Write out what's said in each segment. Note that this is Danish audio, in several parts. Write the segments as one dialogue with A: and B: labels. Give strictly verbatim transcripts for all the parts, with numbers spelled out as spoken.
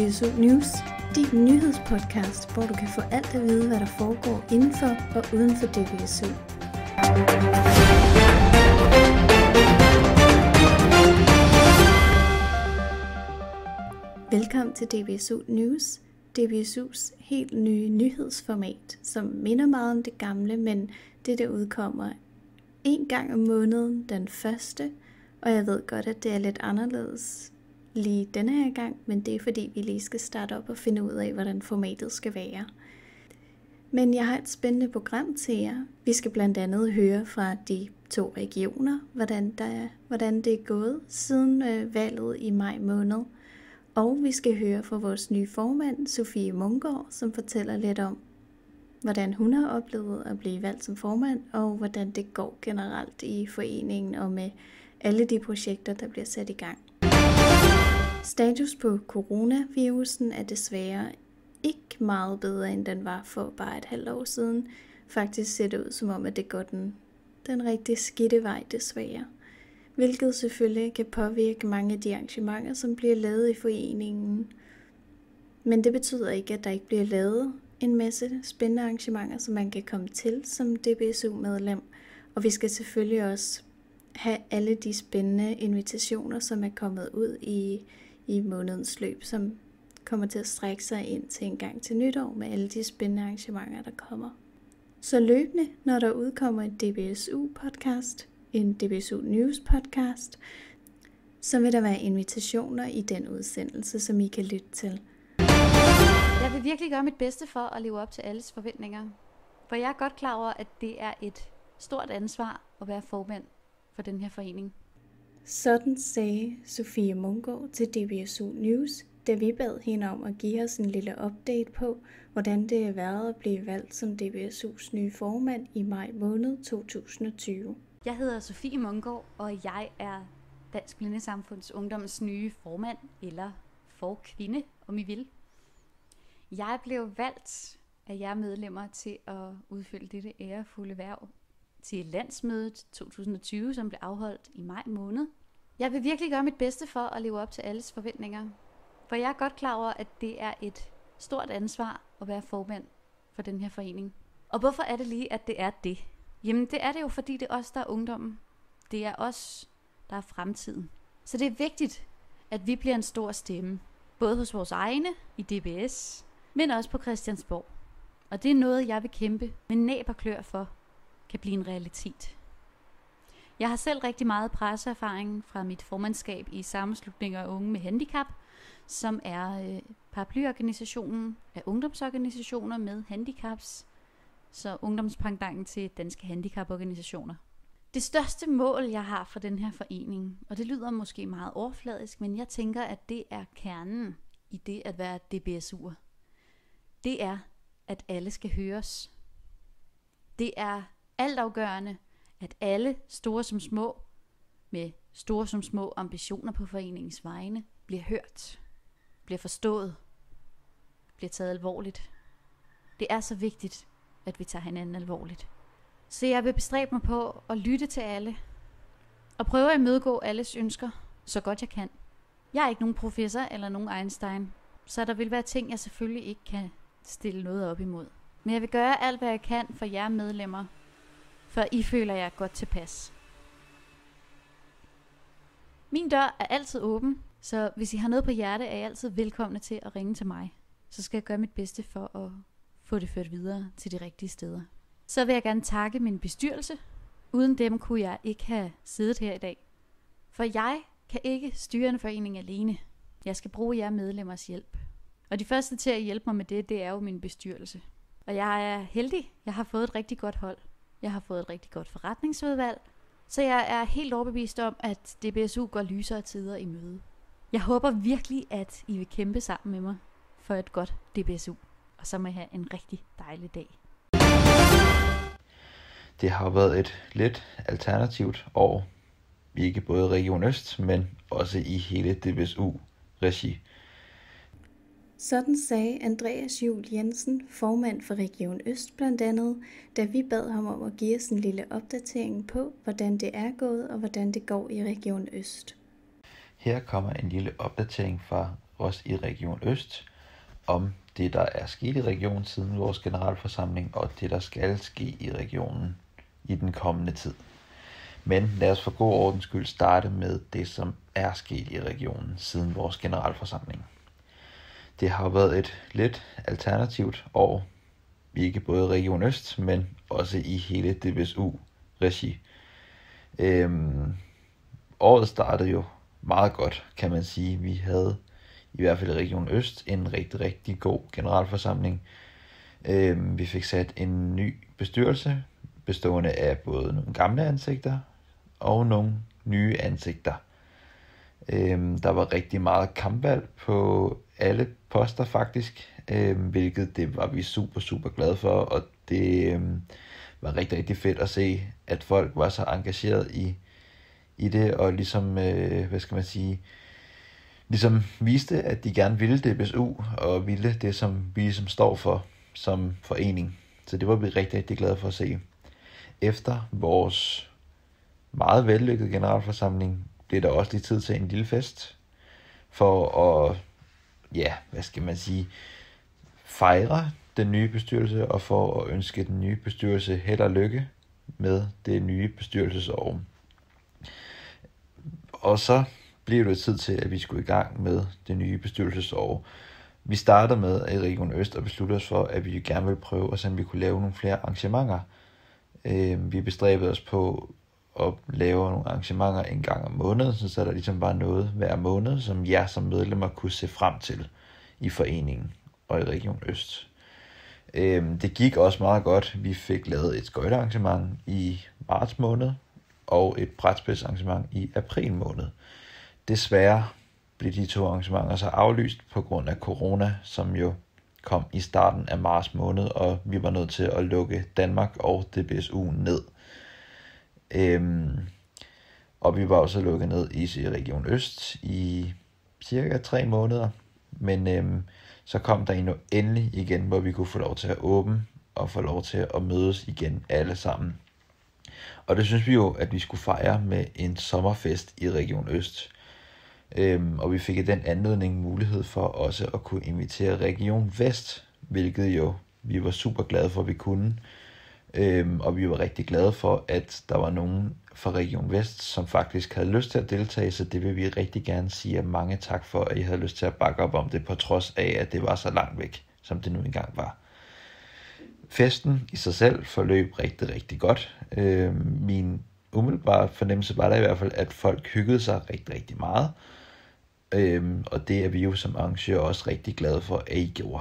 A: B S U News, din nyhedspodcast, hvor du kan få alt at vide, hvad der foregår inden for og uden for D B S U. Velkommen til D B S U News, D B S U's helt nye nyhedsformat, som minder meget om det gamle, men det der udkommer en gang om måneden, den første, og jeg ved godt, at det er lidt anderledes lige denne her gang, men det er fordi, vi lige skal starte op og finde ud af, hvordan formatet skal være. Men jeg har et spændende program til jer. Vi skal blandt andet høre fra de to regioner, hvordan, der er, hvordan det er gået siden øh, valget i maj måned. Og vi skal høre fra vores nye formand, Sofie Munggaard, som fortæller lidt om, hvordan hun har oplevet at blive valgt som formand, og hvordan det går generelt i foreningen og med alle de projekter, der bliver sat i gang. Status på coronavirusen er desværre ikke meget bedre, end den var for bare et halvt år siden. Faktisk ser det ud som om, at det går den, den rigtig skidte vej desværre. Hvilket selvfølgelig kan påvirke mange af de arrangementer, som bliver lavet i foreningen. Men det betyder ikke, at der ikke bliver lavet en masse spændende arrangementer, som man kan komme til som D B S U-medlem. Og vi skal selvfølgelig også have alle de spændende invitationer, som er kommet ud i, i månedens løb, som kommer til at strække sig ind til en gang til nytår med alle de spændende arrangementer, der kommer. Så løbende, når der udkommer en D B S U-podcast, en D B S U News podcast, så vil der være invitationer i den udsendelse, som I kan lytte til.
B: Jeg vil virkelig gøre mit bedste for at leve op til alles forventninger. For jeg er godt klar over, at det er et stort ansvar at være formand for den her forening.
A: Sådan sagde Sofie Munggaard til D B S U News, da vi bad hende om at give os en lille update på, hvordan det er været at blive valgt som D B S U's nye formand i maj måned to tusind og tyve.
B: Jeg hedder Sofie Munggaard, og jeg er Dansk Blindesamfunds Ungdoms nye formand, eller forkvinde, om I vil. Jeg blev valgt af jer medlemmer til at udfylde dette ærefulde hverv til landsmødet to tusind og tyve, som blev afholdt i maj måned. Jeg vil virkelig gøre mit bedste for at leve op til alles forventninger. For jeg er godt klar over, at det er et stort ansvar at være formand for den her forening. Og hvorfor er det lige, at det er det? Jamen det er det jo, fordi det er os, der er ungdommen. Det er os, der er fremtiden. Så det er vigtigt, at vi bliver en stor stemme. Både hos vores egne i D B S, men også på Christiansborg. Og det er noget, jeg vil kæmpe med næb og klør for, kan blive en realitet. Jeg har selv rigtig meget presseerfaring fra mit formandskab i sammenslutninger af unge med handicap, som er øh, paraplyorganisationen af ungdomsorganisationer med handicaps, så ungdomspangdangen til danske handicaporganisationer. Det største mål, jeg har for den her forening, og det lyder måske meget overfladisk, men jeg tænker, at det er kernen i det at være D B S U'er. Det er, at alle skal høres. Det er altafgørende, at alle, store som små, med store som små ambitioner på foreningens vegne, bliver hørt, bliver forstået, bliver taget alvorligt. Det er så vigtigt, at vi tager hinanden alvorligt. Så jeg vil bestræbe mig på at lytte til alle, og prøve at imødegå alles ønsker, så godt jeg kan. Jeg er ikke nogen professor eller nogen Einstein, så der vil være ting, jeg selvfølgelig ikke kan stille noget op imod. Men jeg vil gøre alt, hvad jeg kan for jer medlemmer, for I føler jer godt tilpas. Min dør er altid åben, så hvis I har noget på hjerte, er I altid velkomne til at ringe til mig. Så skal jeg gøre mit bedste for at få det ført videre til de rigtige steder. Så vil jeg gerne takke min bestyrelse. Uden dem kunne jeg ikke have siddet her i dag. For jeg kan ikke styre en forening alene. Jeg skal bruge jer medlemmers hjælp. Og de første til at hjælpe mig med det, det er jo min bestyrelse. Og jeg er heldig. Jeg har fået et rigtig godt hold. Jeg har fået et rigtig godt forretningsudvalg. Så jeg er helt overbevist om, at D B S U går lysere tider i møde. Jeg håber virkelig, at I vil kæmpe sammen med mig for et godt D B S U. Og så må I have en rigtig dejlig dag.
C: Det har været et lidt alternativt år. Ikke både i Region Øst, men også i hele D B S U-regi.
A: Sådan sagde Andreas Juhl Jensen, formand for Region Øst blandt andet, da vi bad ham om at give os en lille opdatering på, hvordan det er gået og hvordan det går i Region Øst.
C: Her kommer en lille opdatering fra os i Region Øst om det, der er sket i regionen siden vores generalforsamling, og det, der skal ske i regionen i den kommende tid. Men lad os for god ordens skyld starte med det, som er sket i regionen siden vores generalforsamling. Det har været et lidt alternativt år, ikke både i Region Øst, men også i hele D B S U-regi. Øhm, året startede jo meget godt, kan man sige. Vi havde i hvert fald i Region Øst en rigtig, rigtig god generalforsamling. Øhm, vi fik sat en ny bestyrelse, bestående af både nogle gamle ansigter og nogle nye ansigter. Øhm, der var rigtig meget kampvalg på alle poster faktisk, øhm, hvilket det var vi super, super glade for, og det øhm, var rigtig, rigtig fedt at se, at folk var så engageret i, i det, og ligesom, øh, hvad skal man sige, ligesom viste, at de gerne ville D B S U, og ville det, som vi ligesom står for som forening. Så det var vi rigtig, rigtig glade for at se. Efter vores meget vellykkede generalforsamling, blev der også lige tid til en lille fest, for at, ja, hvad skal man sige, fejre den nye bestyrelse, og for at ønske den nye bestyrelse held og lykke med det nye bestyrelsesår. Og så blev det tid til, at vi skulle i gang med det nye bestyrelsesår. Vi startede med i Region Øst og besluttede os for, at vi gerne ville prøve, og så vi kunne lave nogle flere arrangementer. Vi bestræbede os på at lave nogle arrangementer en gang om måneden, så der ligesom var noget hver måned, som jer som medlemmer kunne se frem til i foreningen og i Region Øst. Det gik også meget godt. Vi fik lavet et skøjtearrangement i marts måned og et brætspilsarrangement i april måned. Desværre blev de to arrangementer så aflyst på grund af corona, som jo kom i starten af marts måned, og vi var nødt til at lukke Danmark og D B S U ned. Øhm, og vi var også lukket ned i Region Øst i cirka tre måneder, men øhm, så kom der endnu endelig igen, hvor vi kunne få lov til at åbne og få lov til at mødes igen alle sammen. Og det synes vi jo, at vi skulle fejre med en sommerfest i Region Øst. Øhm, og vi fik i den anledning mulighed for også at kunne invitere Region Vest, hvilket jo vi var super glade for, at vi kunne. Øhm, og vi var rigtig glade for, at der var nogen fra Region Vest, som faktisk havde lyst til at deltage, så det vil vi rigtig gerne sige mange tak for, at I havde lyst til at bakke op om det, på trods af, at det var så langt væk, som det nu engang var. Festen i sig selv forløb rigtig, rigtig godt. Øhm, min umiddelbare fornemmelse var der i hvert fald, at folk hyggede sig rigtig, rigtig meget. Øhm, og det er vi jo som arrangør også rigtig glade for, at I gjorde.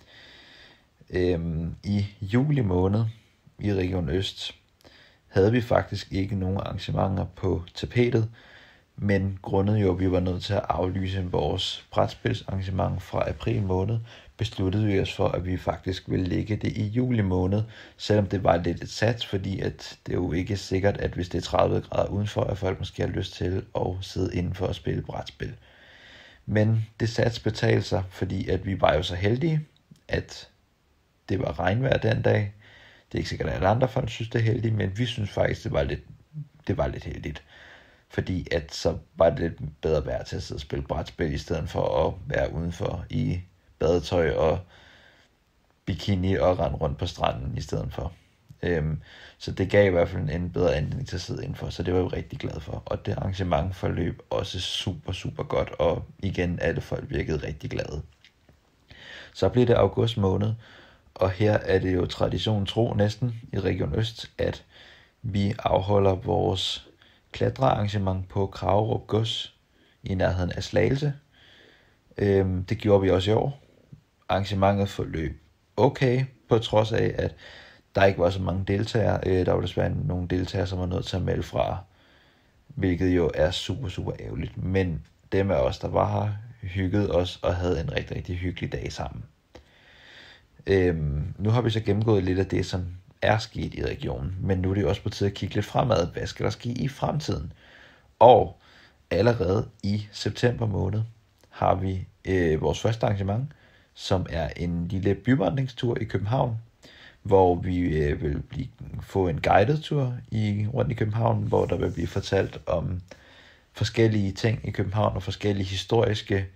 C: Øhm, I juli måned i Region Øst havde vi faktisk ikke nogen arrangementer på tapetet, men grundet jo, at vi var nødt til at aflyse vores brætspilsarrangement fra april måned, besluttede vi os for, at vi faktisk ville lægge det i juli måned, selvom det var lidt et sats, fordi at det er jo ikke sikkert, at hvis det er tredive grader udenfor, at folk måske har lyst til at sidde indenfor og spille brætspil. Men det sats betalte sig, fordi at vi var jo så heldige, at det var regnvejr den dag. Det er ikke sikkert, at alle andre folk synes, det er heldigt, men vi synes faktisk, det var lidt, det var lidt heldigt. Fordi at så var det lidt bedre vejr til at sidde og spille brætspil, i stedet for at være udenfor i badetøj og bikini og rende rundt på stranden i stedet for. Øhm, så det gav i hvert fald en bedre anledning til at sidde indenfor, så det var jeg rigtig glad for. Og det arrangement forløb også super, super godt, og igen, alle folk virkede rigtig glade. Så blev det august måned, og her er det jo tradition tro næsten i Region Øst, at vi afholder vores klatrearrangement på Kragerup Gods i nærheden af Slagelse. Øhm, det gjorde vi også i år. Arrangementet forløb okay, på trods af, at der ikke var så mange deltagere. Øh, der var desværre nogle deltagere, som var nødt til at melde fra, hvilket jo er super, super ærgerligt. Men dem af os, der var her, hyggede os og havde en rigtig, rigtig hyggelig dag sammen. Øhm, nu har vi så gennemgået lidt af det, som er sket i regionen, men nu er det jo også på tide at kigge lidt fremad. Hvad skal der ske i fremtiden? Og allerede i september måned har vi øh, vores første arrangement, som er en lille byvandringstur i København, hvor vi øh, vil blive, få en guided tur i, rundt i København, hvor der vil blive fortalt om forskellige ting i København og forskellige historiske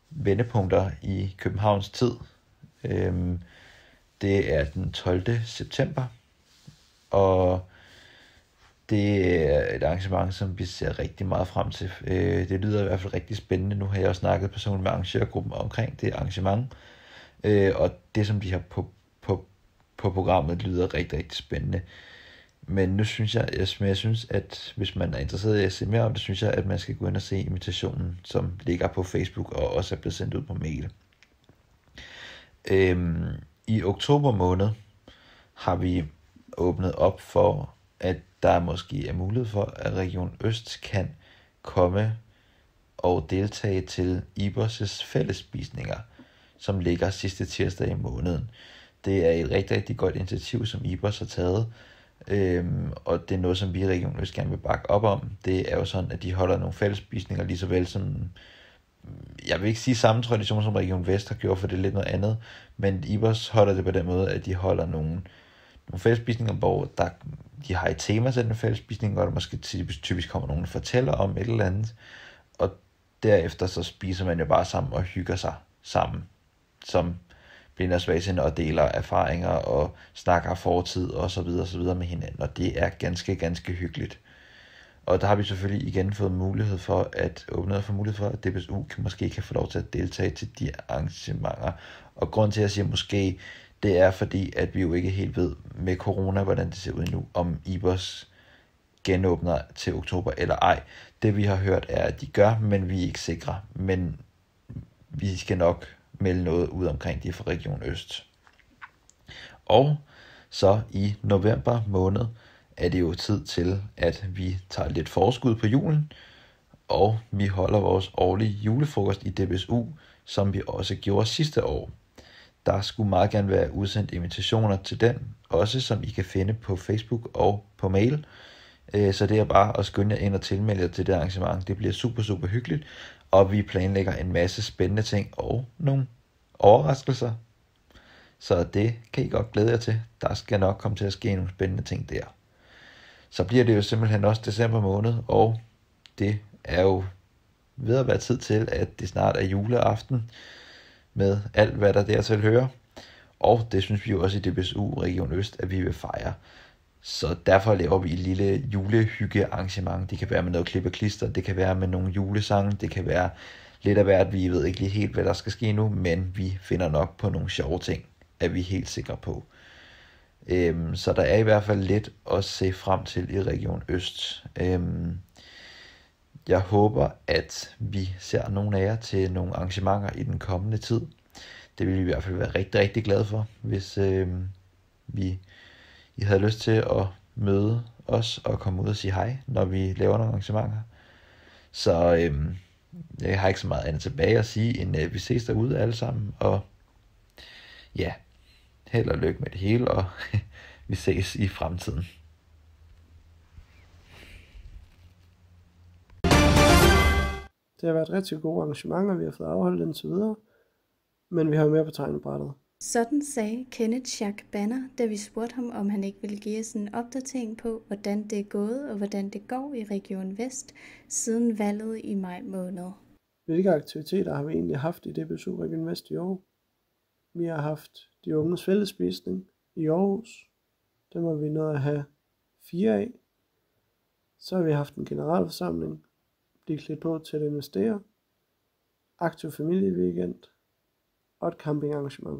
C: vendepunkter i Københavns tid. Øhm, det er den tolvte september, og det er et arrangement, som vi ser rigtig meget frem til. Øh, det lyder i hvert fald rigtig spændende. Nu har jeg også snakket personligt med arrangørgruppen omkring det arrangement, øh, og det, som de har på, på, på programmet, lyder rigtig, rigtig spændende. Men nu synes jeg, jeg, jeg synes, at hvis man er interesseret i at se mere om det, synes jeg, at man skal gå ind og se invitationen, som ligger på Facebook og også er blevet sendt ud på mail. Øhm, I oktober måned har vi åbnet op for, at der måske er mulighed for, at Region Øst kan komme og deltage til I B O S' fællesspisninger, som ligger sidste tirsdag i måneden. Det er et rigtig, rigtig godt initiativ, som I B O S har taget, øhm, og det er noget, som vi i Region Øst gerne vil bakke op om. Det er jo sådan, at de holder nogle fællesspisninger, lige så vel som, jeg vil ikke sige samme tradition, som Region Vest har gjort, for det er lidt noget andet, men I B O S holder det på den måde, at de holder nogle nogle fællesspisninger, hvor der, de har et tema til den fællesspisning, hvor der måske typisk, typisk kommer nogen, der fortæller om et eller andet, og derefter så spiser man jo bare sammen og hygger sig sammen, som blindersvagsinde og deler erfaringer og snakker fortid og så videre, og så videre med hinanden, og det er ganske, ganske hyggeligt. Og der har vi selvfølgelig igen fået mulighed for at åbne for mulighed for, at D B S U kan, måske kan få lov til at deltage til de arrangementer. Og grund til at jeg siger måske, det er fordi, at vi jo ikke helt ved med corona, hvordan det ser ud nu, om I B O S genåbner til oktober eller ej. Det vi har hørt er, at de gør, men vi er ikke sikre. Men vi skal nok melde noget ud omkring det fra Region Øst. Og så i november måned er det jo tid til, at vi tager lidt forskud på julen, og vi holder vores årlige julefrokost i D B S U, som vi også gjorde sidste år. Der skulle meget gerne være udsendt invitationer til den, også som I kan finde på Facebook og på mail. Så det er bare at skynde jer ind og tilmelde jer til det arrangement. Det bliver super, super hyggeligt, og vi planlægger en masse spændende ting og nogle overraskelser. Så det kan I godt glæde jer til. Der skal nok komme til at ske nogle spændende ting der. Så bliver det jo simpelthen også december måned, og det er jo ved at være tid til, at det snart er juleaften, med alt, hvad der dertil hører. Og det synes vi jo også i D B S U Region Øst, at vi vil fejre. Så derfor laver vi et lille julehyggearrangement. Det kan være med noget klip og klister, det kan være med nogle julesange, det kan være lidt af hvert. Vi ved ikke lige helt, hvad der skal ske nu, men vi finder nok på nogle sjove ting, er vi helt sikre på. Øhm, så der er i hvert fald lidt at se frem til i Region Øst. Øhm, Jeg håber, at vi ser nogle af jer til nogle arrangementer i den kommende tid. Det vil vi i hvert fald være rigtig, rigtig glade for, hvis øh, vi I havde lyst til at møde os og komme ud og sige hej, når vi laver nogle arrangementer. Så øh, jeg har ikke så meget andet tilbage at sige, end øh, vi ses derude alle sammen. Og ja, held og lykke med det hele, og vi ses i fremtiden.
D: Det har været rigtig gode arrangementer, vi har fået afholdt indtil videre, men vi har jo mere på tegnebrættet.
A: Sådan sagde Kenneth Schack Banner, da vi spurgte ham, om han ikke ville give os en opdatering på, hvordan det er gået og hvordan det går i Region Vest siden valget i maj måned.
D: Hvilke aktiviteter har vi egentlig haft i D B S U Region Vest i år? Vi har haft de unges fællesspisning i Aarhus. Den må vi nå at have fire af. Så har vi haft en generalforsamling, blive klædt på til at investere, aktiv familieweekend og et campingarrangement.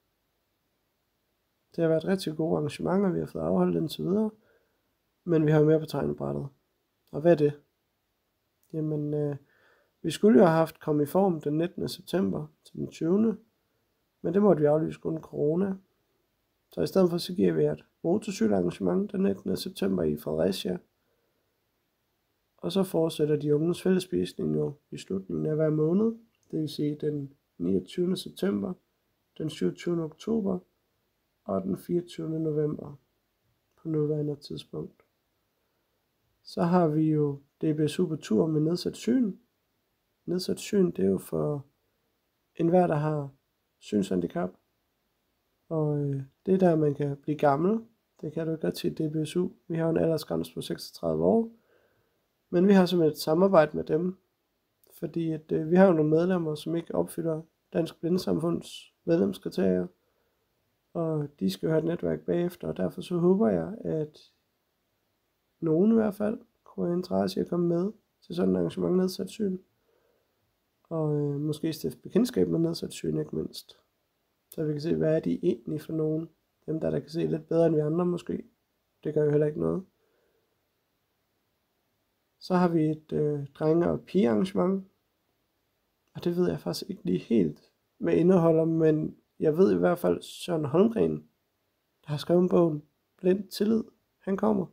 D: Det har været rigtig gode arrangementer, vi har fået afholdt indtil videre, men vi har jo mere på tegnebrættet. Og hvad er det? Jamen, øh, vi skulle jo have haft Kom i Form den nittende september til den tyvende, men det måtte vi aflyse grund corona. Så i stedet for så giver vi et motorcykelarrangement den nittende september i Fredericia. Og så fortsætter de unges fællesspisning jo i slutningen af hver måned, det vil sige den niogtyvende september, den syvogtyvende oktober og den fireogtyvende november på nuværende tidspunkt. Så har vi jo D B S U på tur med nedsat syn. Nedsat syn, det er jo for enhver, der har synshandicap. Og øh, det er der, man kan blive gammel. Det kan du ikke til D B S U. Vi har en aldersgrænse på seksogtredive år. Men vi har simpelthen et samarbejde med dem fordi at, øh, vi har jo nogle medlemmer, som ikke opfylder Dansk Blindesamfunds medlemskriterier, og de skal jo have et netværk bagefter, og derfor så håber jeg, at nogen i hvert fald kunne have interesse i at komme med til sådan et arrangement nedsat syn, og øh, måske stifte bekendtskab med nedsat syn, ikke mindst. Så vi kan se, hvad er de egentlig for nogen. Dem der, der kan se lidt bedre end vi andre måske. Det gør jo heller ikke noget. Så har vi et øh, drenge- og pigearrangement. Og det ved jeg faktisk ikke lige helt, hvad indeholder, men jeg ved i hvert fald, Søren Holmgren, der har skrevet bogen Blind Tillid, han kommer.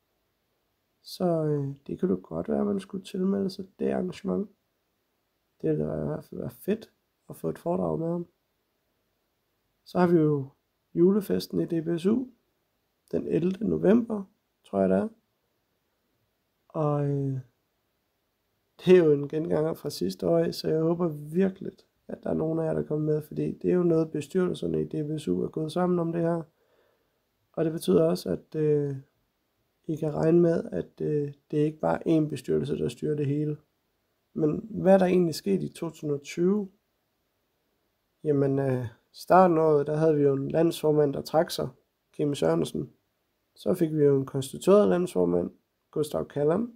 D: Så øh, det kunne jo godt være, at man skulle tilmelde sig det arrangement. Det ville i hvert fald være fedt at få et foredrag med ham. Så har vi jo julefesten i D B S U den ellevte november, tror jeg det er. Og øh, det er jo en genganger fra sidste år, så jeg håber virkelig, at der er nogen af jer, der kommer med, fordi det er jo noget, bestyrelserne i D B S U er gået sammen om det her. Og det betyder også, at øh, I kan regne med, at øh, det er ikke bare én bestyrelse, der styrer det hele. Men hvad er der egentlig sket i to tusind og tyve? Jamen, øh, starten af året, der havde vi jo en landsformand, der trak sig, Kim Sørensen. Så fik vi jo en konstitueret landsformand, Gustav Kalland,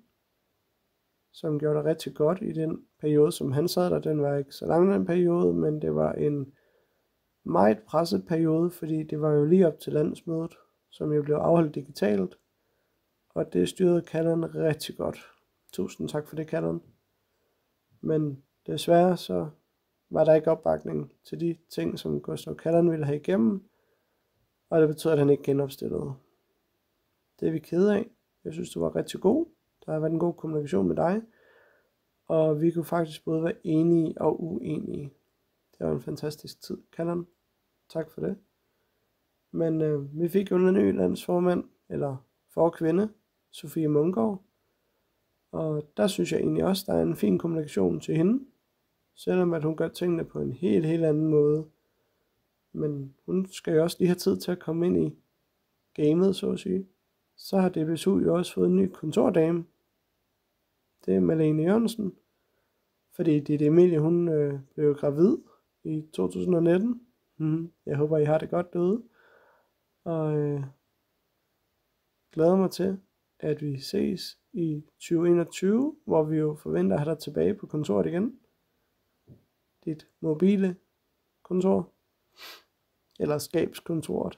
D: som gjorde det rigtig godt i den periode, som han sad der. Den var ikke så lang den periode, men det var en meget presset periode, fordi det var jo lige op til landsmødet, som jo blev afholdt digitalt. Og det styrede Kalland rigtig godt. Tusind tak for det, Kalland. Men desværre så var der ikke opbakning til de ting, som Gustav Kalland ville have igennem, og det betød, at han ikke genopstillede. Det er vi kede af. Jeg synes, du var rigtig god. Der har været en god kommunikation med dig, og vi kunne faktisk både være enige og uenige. Det var en fantastisk tid, Kalland. Tak for det. Men øh, vi fik jo en ny landsformand, eller forkvinde, Sofie Munggaard, og der synes jeg egentlig også, der er en fin kommunikation til hende, selvom at hun gør tingene på en helt, helt anden måde. Men hun skal jo også lige have tid til at komme ind i gamet, så at sige. Så har D B S U jo også fået en ny kontordame. Det er Malene Jørgensen. Fordi Ditte Emilie, hun øh, blev gravid i to tusind og nitten. Mm, jeg håber, I har det godt derude. Og øh, glæder mig til, at vi ses i tyve enogtyve, hvor vi jo forventer at have dig tilbage på kontoret igen. Dit mobile kontor. Eller skabskontoret.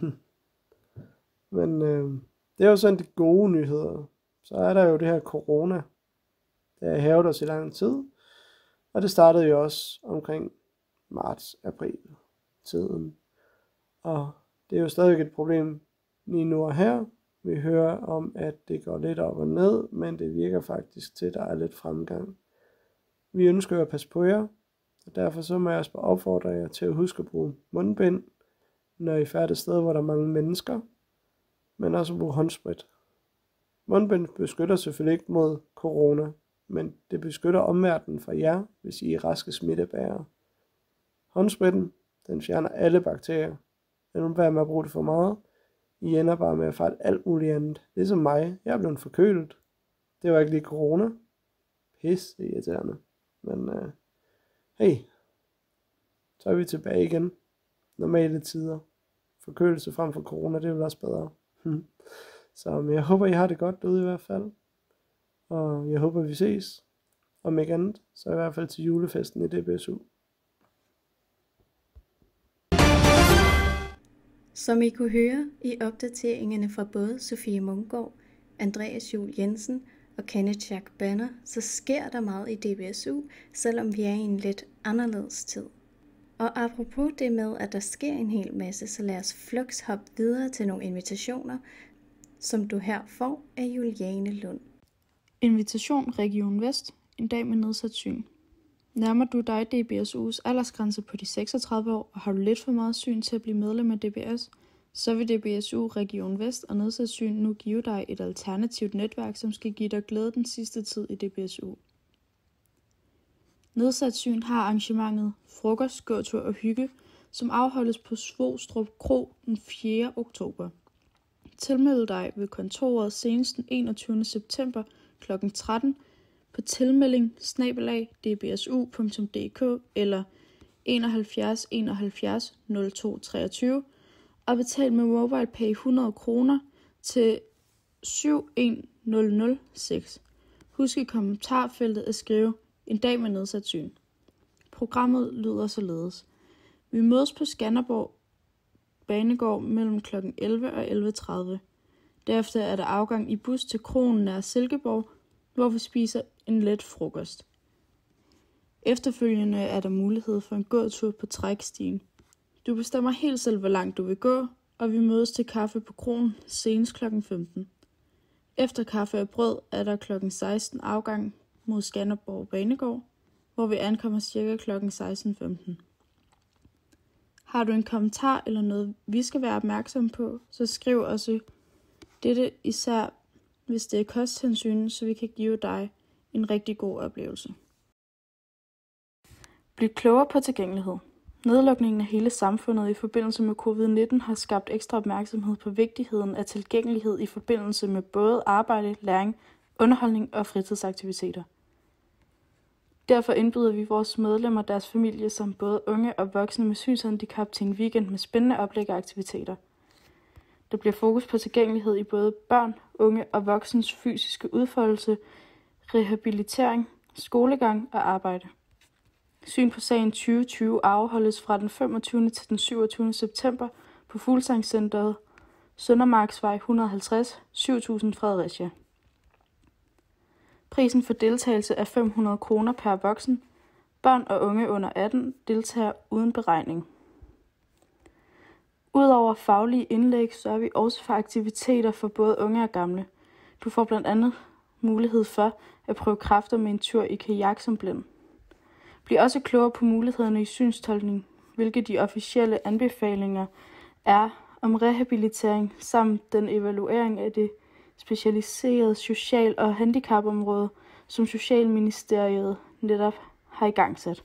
D: Men øh, det er jo sådan de gode nyheder. Så er der jo det her corona. Det har hævet os i lang tid. Og det startede jo også omkring marts-april tiden. Og det er jo stadig et problem lige nu og her. Vi hører om, at det går lidt op og ned, men det virker faktisk til, at der er lidt fremgang. Vi ønsker at passe på jer, og derfor så må jeg også bare opfordre jer til at huske at bruge mundbind, når I færdes steder, hvor der er mange mennesker, men også at bruge håndsprit. Mundbind beskytter selvfølgelig ikke mod corona, men det beskytter omverdenen fra jer, hvis I er raske smittebærere. Håndspritten, den fjerner alle bakterier. Men nu være med at bruge det for meget. I ender bare med at få alt muligt andet. Det er som mig. Jeg er blevet forkølet. Det var ikke lige corona. Pisse irriterende. Men uh, hey, så er vi tilbage igen. Normale tider. Forkølelse frem for corona, det er vel også bedre. Så men jeg håber, I har det godt derude i hvert fald. Og jeg håber, vi ses. Om ikke andet, så i hvert fald til julefesten i D B S U.
A: Som I kunne høre i opdateringerne fra både Sofie Munggaard, Andreas Juel Jensen og Kenneth Jack Banner, så sker der meget i D B S U, selvom vi er i en lidt anderledes tid. Og apropos det med, at der sker en hel masse, så lad os flux hoppe videre til nogle invitationer, som du her får af Juliane Lund.
E: Invitation Region Vest, en dag med nedsat syn. Nærmer du dig D B S U's aldersgrænse på de seksogtredive år, og har du lidt for meget syn til at blive medlem af D B S, så vil D B S U Region Vest og nedsat syn nu give dig et alternativt netværk, som skal give dig glæde den sidste tid i D B S U. Nedsat syn har arrangementet Frokost, gåtur og hygge, som afholdes på Svostrup Kro den fjerde oktober. Tilmeld dig ved kontoret senest den enogtyvende september klokken tretten på tilmelding bindestreg d b s u punktum d k eller enoghalvfjerds enoghalvfjerds nul to treogtyve og betal med MobilePay hundrede kroner til syv et nul nul seks. Husk i kommentarfeltet at skrive en dag med nedsat syn. Programmet lyder således. Vi mødes på Skanderborg Banegård mellem klokken elleve og elleve tredive. Derefter er der afgang i bus til kronen nær Silkeborg, hvor vi spiser en let frokost. Efterfølgende er der mulighed for en gåtur på trækstien. Du bestemmer helt selv, hvor langt du vil gå, og vi mødes til kaffe på kronen senest klokken femten. Efter kaffe og brød er der klokken seksten afgang mod Skanderborg Banegård, hvor vi ankommer ca. klokken seksten femten. Har du en kommentar eller noget, vi skal være opmærksom på, så skriv også dette, især hvis det er kosthensyn, så vi kan give dig en rigtig god oplevelse. Bliv klogere på tilgængelighed. Nedlukningen af hele samfundet i forbindelse med covid nitten har skabt ekstra opmærksomhed på vigtigheden af tilgængelighed i forbindelse med både arbejde, læring, underholdning og fritidsaktiviteter. Derfor indbyder vi vores medlemmer og deres familie som både unge og voksne med synshandicap til en weekend med spændende oplæg og aktiviteter. Der bliver fokus på tilgængelighed i både børn, unge og voksens fysiske udfoldelse, rehabilitering, skolegang og arbejde. Syn på sagen tyve tyve afholdes fra den femogtyvende til den syvogtyvende september på Fuglsangscenteret, Søndermarksvej et hundrede og halvtreds, syv tusind Fredericia. Prisen for deltagelse er fem hundrede kroner per voksen. Børn og unge under atten deltager uden beregning. Udover faglige indlæg sørger vi også for aktiviteter for både unge og gamle. Du får blandt andet mulighed for at prøve kræfter med en tur i kajak som blind. Bliv også klogere på mulighederne i synstolkning, hvilke de officielle anbefalinger er om rehabilitering samt den evaluering af det specialiserede social- og handicapområde, som Socialministeriet netop har igangsat.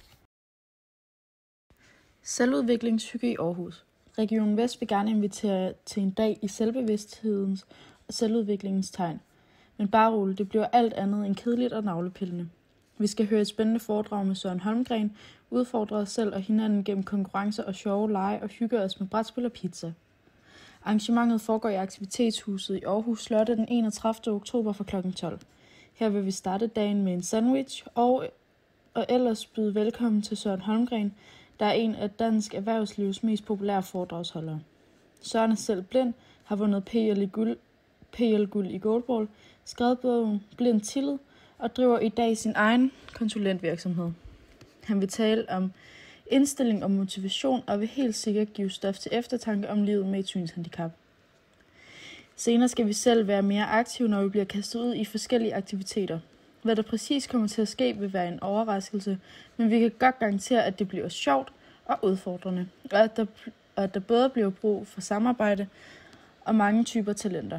E: Selvudviklingshygge i Aarhus. Region Vest vil gerne invitere til en dag i selvbevidsthedens og selvudviklingens tegn. Men bare roligt, det bliver alt andet end kedeligt og navlepillende. Vi skal høre et spændende foredrag med Søren Holmgren, udfordre os selv og hinanden gennem konkurrencer og sjove lege og hygge os med brætspil og pizza. Arrangementet foregår i Aktivitetshuset i Aarhus Slotte den enogtredivte oktober fra klokken tolv. Her vil vi starte dagen med en sandwich og, og ellers byde velkommen til Søren Holmgren, der er en af dansk erhvervslivs mest populære foredragsholdere. Søren er selv blind, har vundet P L guld, P L-guld i goalball, skrevet bogen Blind Tillid og driver i dag sin egen konsulentvirksomhed. Han vil tale om indstilling og motivation og vil helt sikkert give stof til eftertanke om livet med et synshandicap. Senere skal vi selv være mere aktive, når vi bliver kastet ud i forskellige aktiviteter. Hvad der præcis kommer til at ske, vil være en overraskelse, men vi kan godt garantere, at det bliver sjovt og udfordrende, og at der, og at der både bliver brug for samarbejde og mange typer talenter.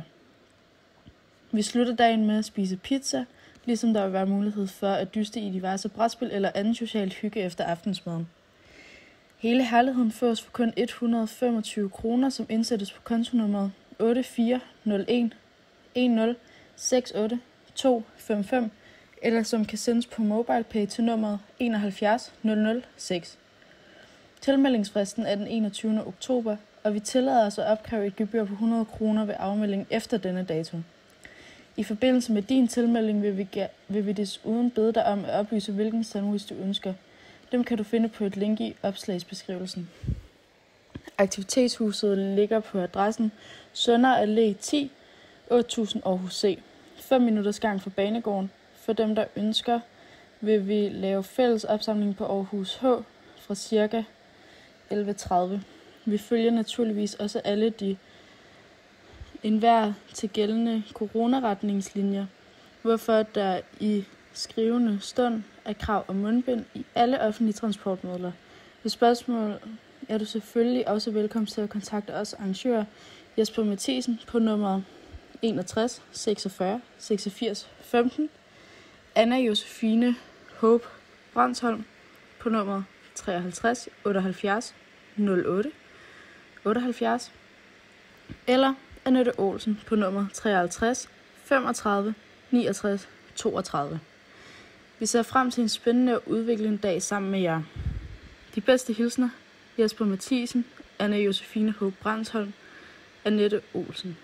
E: Vi slutter dagen med at spise pizza, ligesom der vil være mulighed for at dyste i diverse brætspil eller anden socialt hygge efter aftensmaden. Hele herligheden fås for kun et hundrede og femogtyve kroner, som indsættes på kontonummeret otte fire nul en en nul seks otte to fem fem, eller som kan sendes på MobilePay til nummeret enoghalvfjerds nul nul seks. Tilmeldingsfristen er den enogtyvende oktober, og vi tillader os at opkræve et gebyr på hundrede kroner ved afmelding efter denne dato. I forbindelse med din tilmelding vil vi, vil vi desuden bede dig om at oplyse, hvilken sandwich du ønsker. Dem kan du finde på et link i opslagsbeskrivelsen. Aktivitetshuset ligger på adressen Sønder Allé ti, otte tusind Aarhus C. fem minutters gang fra banegården. For dem, der ønsker, vil vi lave fælles opsamling på Aarhus H fra ca. elleve tredive. Vi følger naturligvis også alle de enhver til gældende coronaretningslinjer, hvorfor der i skrivende stund er krav om mundbind i alle offentlige transportmidler. Ved spørgsmål er du selvfølgelig også velkommen til at kontakte os arrangører Jesper Mathisen på nummer enogtres seksogfyrre seksogfirs femten, Anna Josefine Hope Brandsholm på nummer treoghalvtreds otteoghalvfjerds nul otte otteoghalvfjerds, eller Annette Olsen på nummer treoghalvtreds femogtredive niogtres toogtredive. Vi ser frem til en spændende og udviklende dag sammen med jer. De bedste hilsner: Jesper Mathisen, Anna Josefine Håb Brandsholm, Annette Olsen.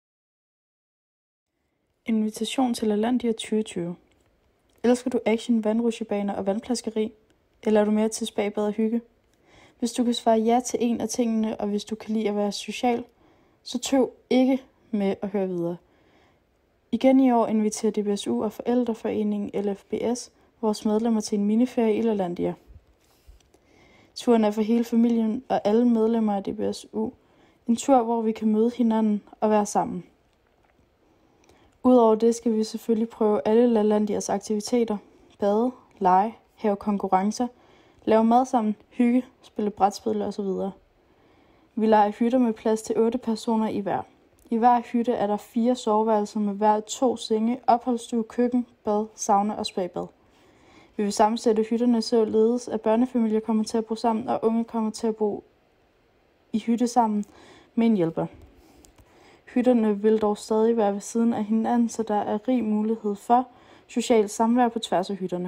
E: Invitation til Lalandia tyve tyve. Elsker du action, vandrutsjebaner og vandplaskeri? Eller er du mere til spa, bad og hygge? Hvis du kan svare ja til en af tingene, og hvis du kan lide at være social, så tøv ikke med at høre videre. Igen i år inviterer D B S U og Forældreforeningen L F B S vores medlemmer til en miniferie i Lalandia. Turen er for hele familien og alle medlemmer af D B S U. En tur, hvor vi kan møde hinanden og være sammen. Udover det skal vi selvfølgelig prøve alle Lalandias aktiviteter. Bade, lege, have konkurrencer, lave mad sammen, hygge, spille brætspil osv. Vi leger hytter med plads til otte personer i hver. I hver hytte er der fire soveværelser med hver to senge, opholdsstue, køkken, bad, sauna og spabad. Vi vil sammensætte hytterne således, at børnefamilier kommer til at bo sammen, og unge kommer til at bo i hytte sammen med en hjælper. Hytterne vil dog stadig være ved siden af hinanden, så der er rig mulighed for socialt samvær på tværs af hytterne.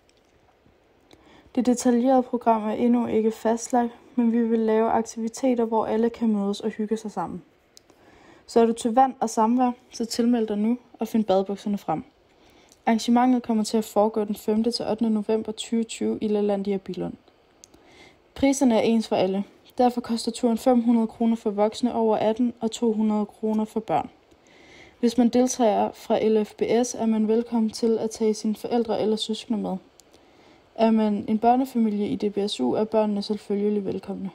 E: Det detaljerede program er endnu ikke fastlagt, men vi vil lave aktiviteter, hvor alle kan mødes og hygge sig sammen. Så er du til vand og samvær, så tilmeld dig nu og find badebukserne frem. Arrangementet kommer til at foregå den femte til ottende november tyve tyve i Lalandia Billund. Priserne er ens for alle. Derfor koster turen fem hundrede kroner for voksne over atten og to hundrede kroner for børn. Hvis man deltager fra L F B S, er man velkommen til at tage sine forældre eller søskende med. Er man en børnefamilie i D B S U, er børnene selvfølgelig velkomne.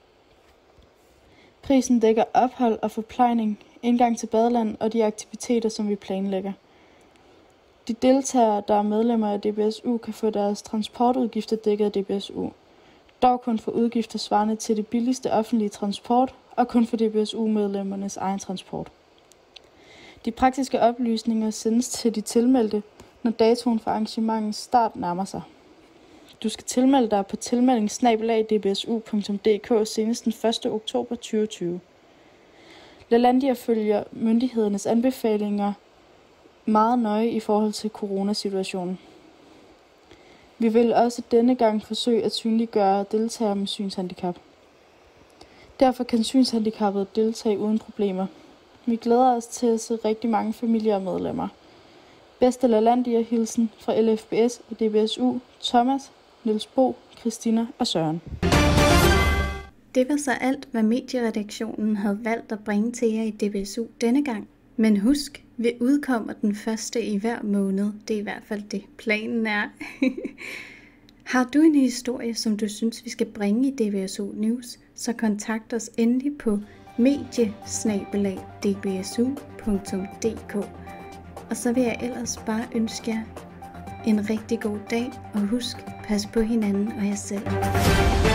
E: Prisen dækker ophold og forplejning, indgang til badeland og de aktiviteter, som vi planlægger. De deltagere, der er medlemmer af D B S U, kan få deres transportudgifter dækket af D B S U. Dog kun for udgifter svarende til det billigste offentlige transport, og kun for D B S U-medlemmernes egen transport. De praktiske oplysninger sendes til de tilmeldte, når datoen for arrangementets start nærmer sig. Du skal tilmelde dig på tilmelding snabel-a d b s u punktum d k senest den første oktober tyve tyve. Lalandia følger myndighedernes anbefalinger meget nøje i forhold til coronasituationen. Vi vil også denne gang forsøge at synliggøre deltagere med synshandicap. Derfor kan synshandicappede deltage uden problemer. Vi glæder os til at se rigtig mange familier og medlemmer. Bedste Lalandia-hilsen fra L F B S og D B S U, Thomas, Niels Bo, Christina og Søren.
A: Det var så alt, hvad medieredaktionen havde valgt at bringe til jer i D B S U denne gang. Men husk, vi udkommer den første i hver måned. Det er i hvert fald det, planen er. Har du en historie, som du synes, vi skal bringe i D B S U News, så kontakt os endelig på medie snabel-a d b s u punktum d k. Og så vil jeg ellers bare ønske jer en rigtig god dag, og husk, pas på hinanden og jer selv.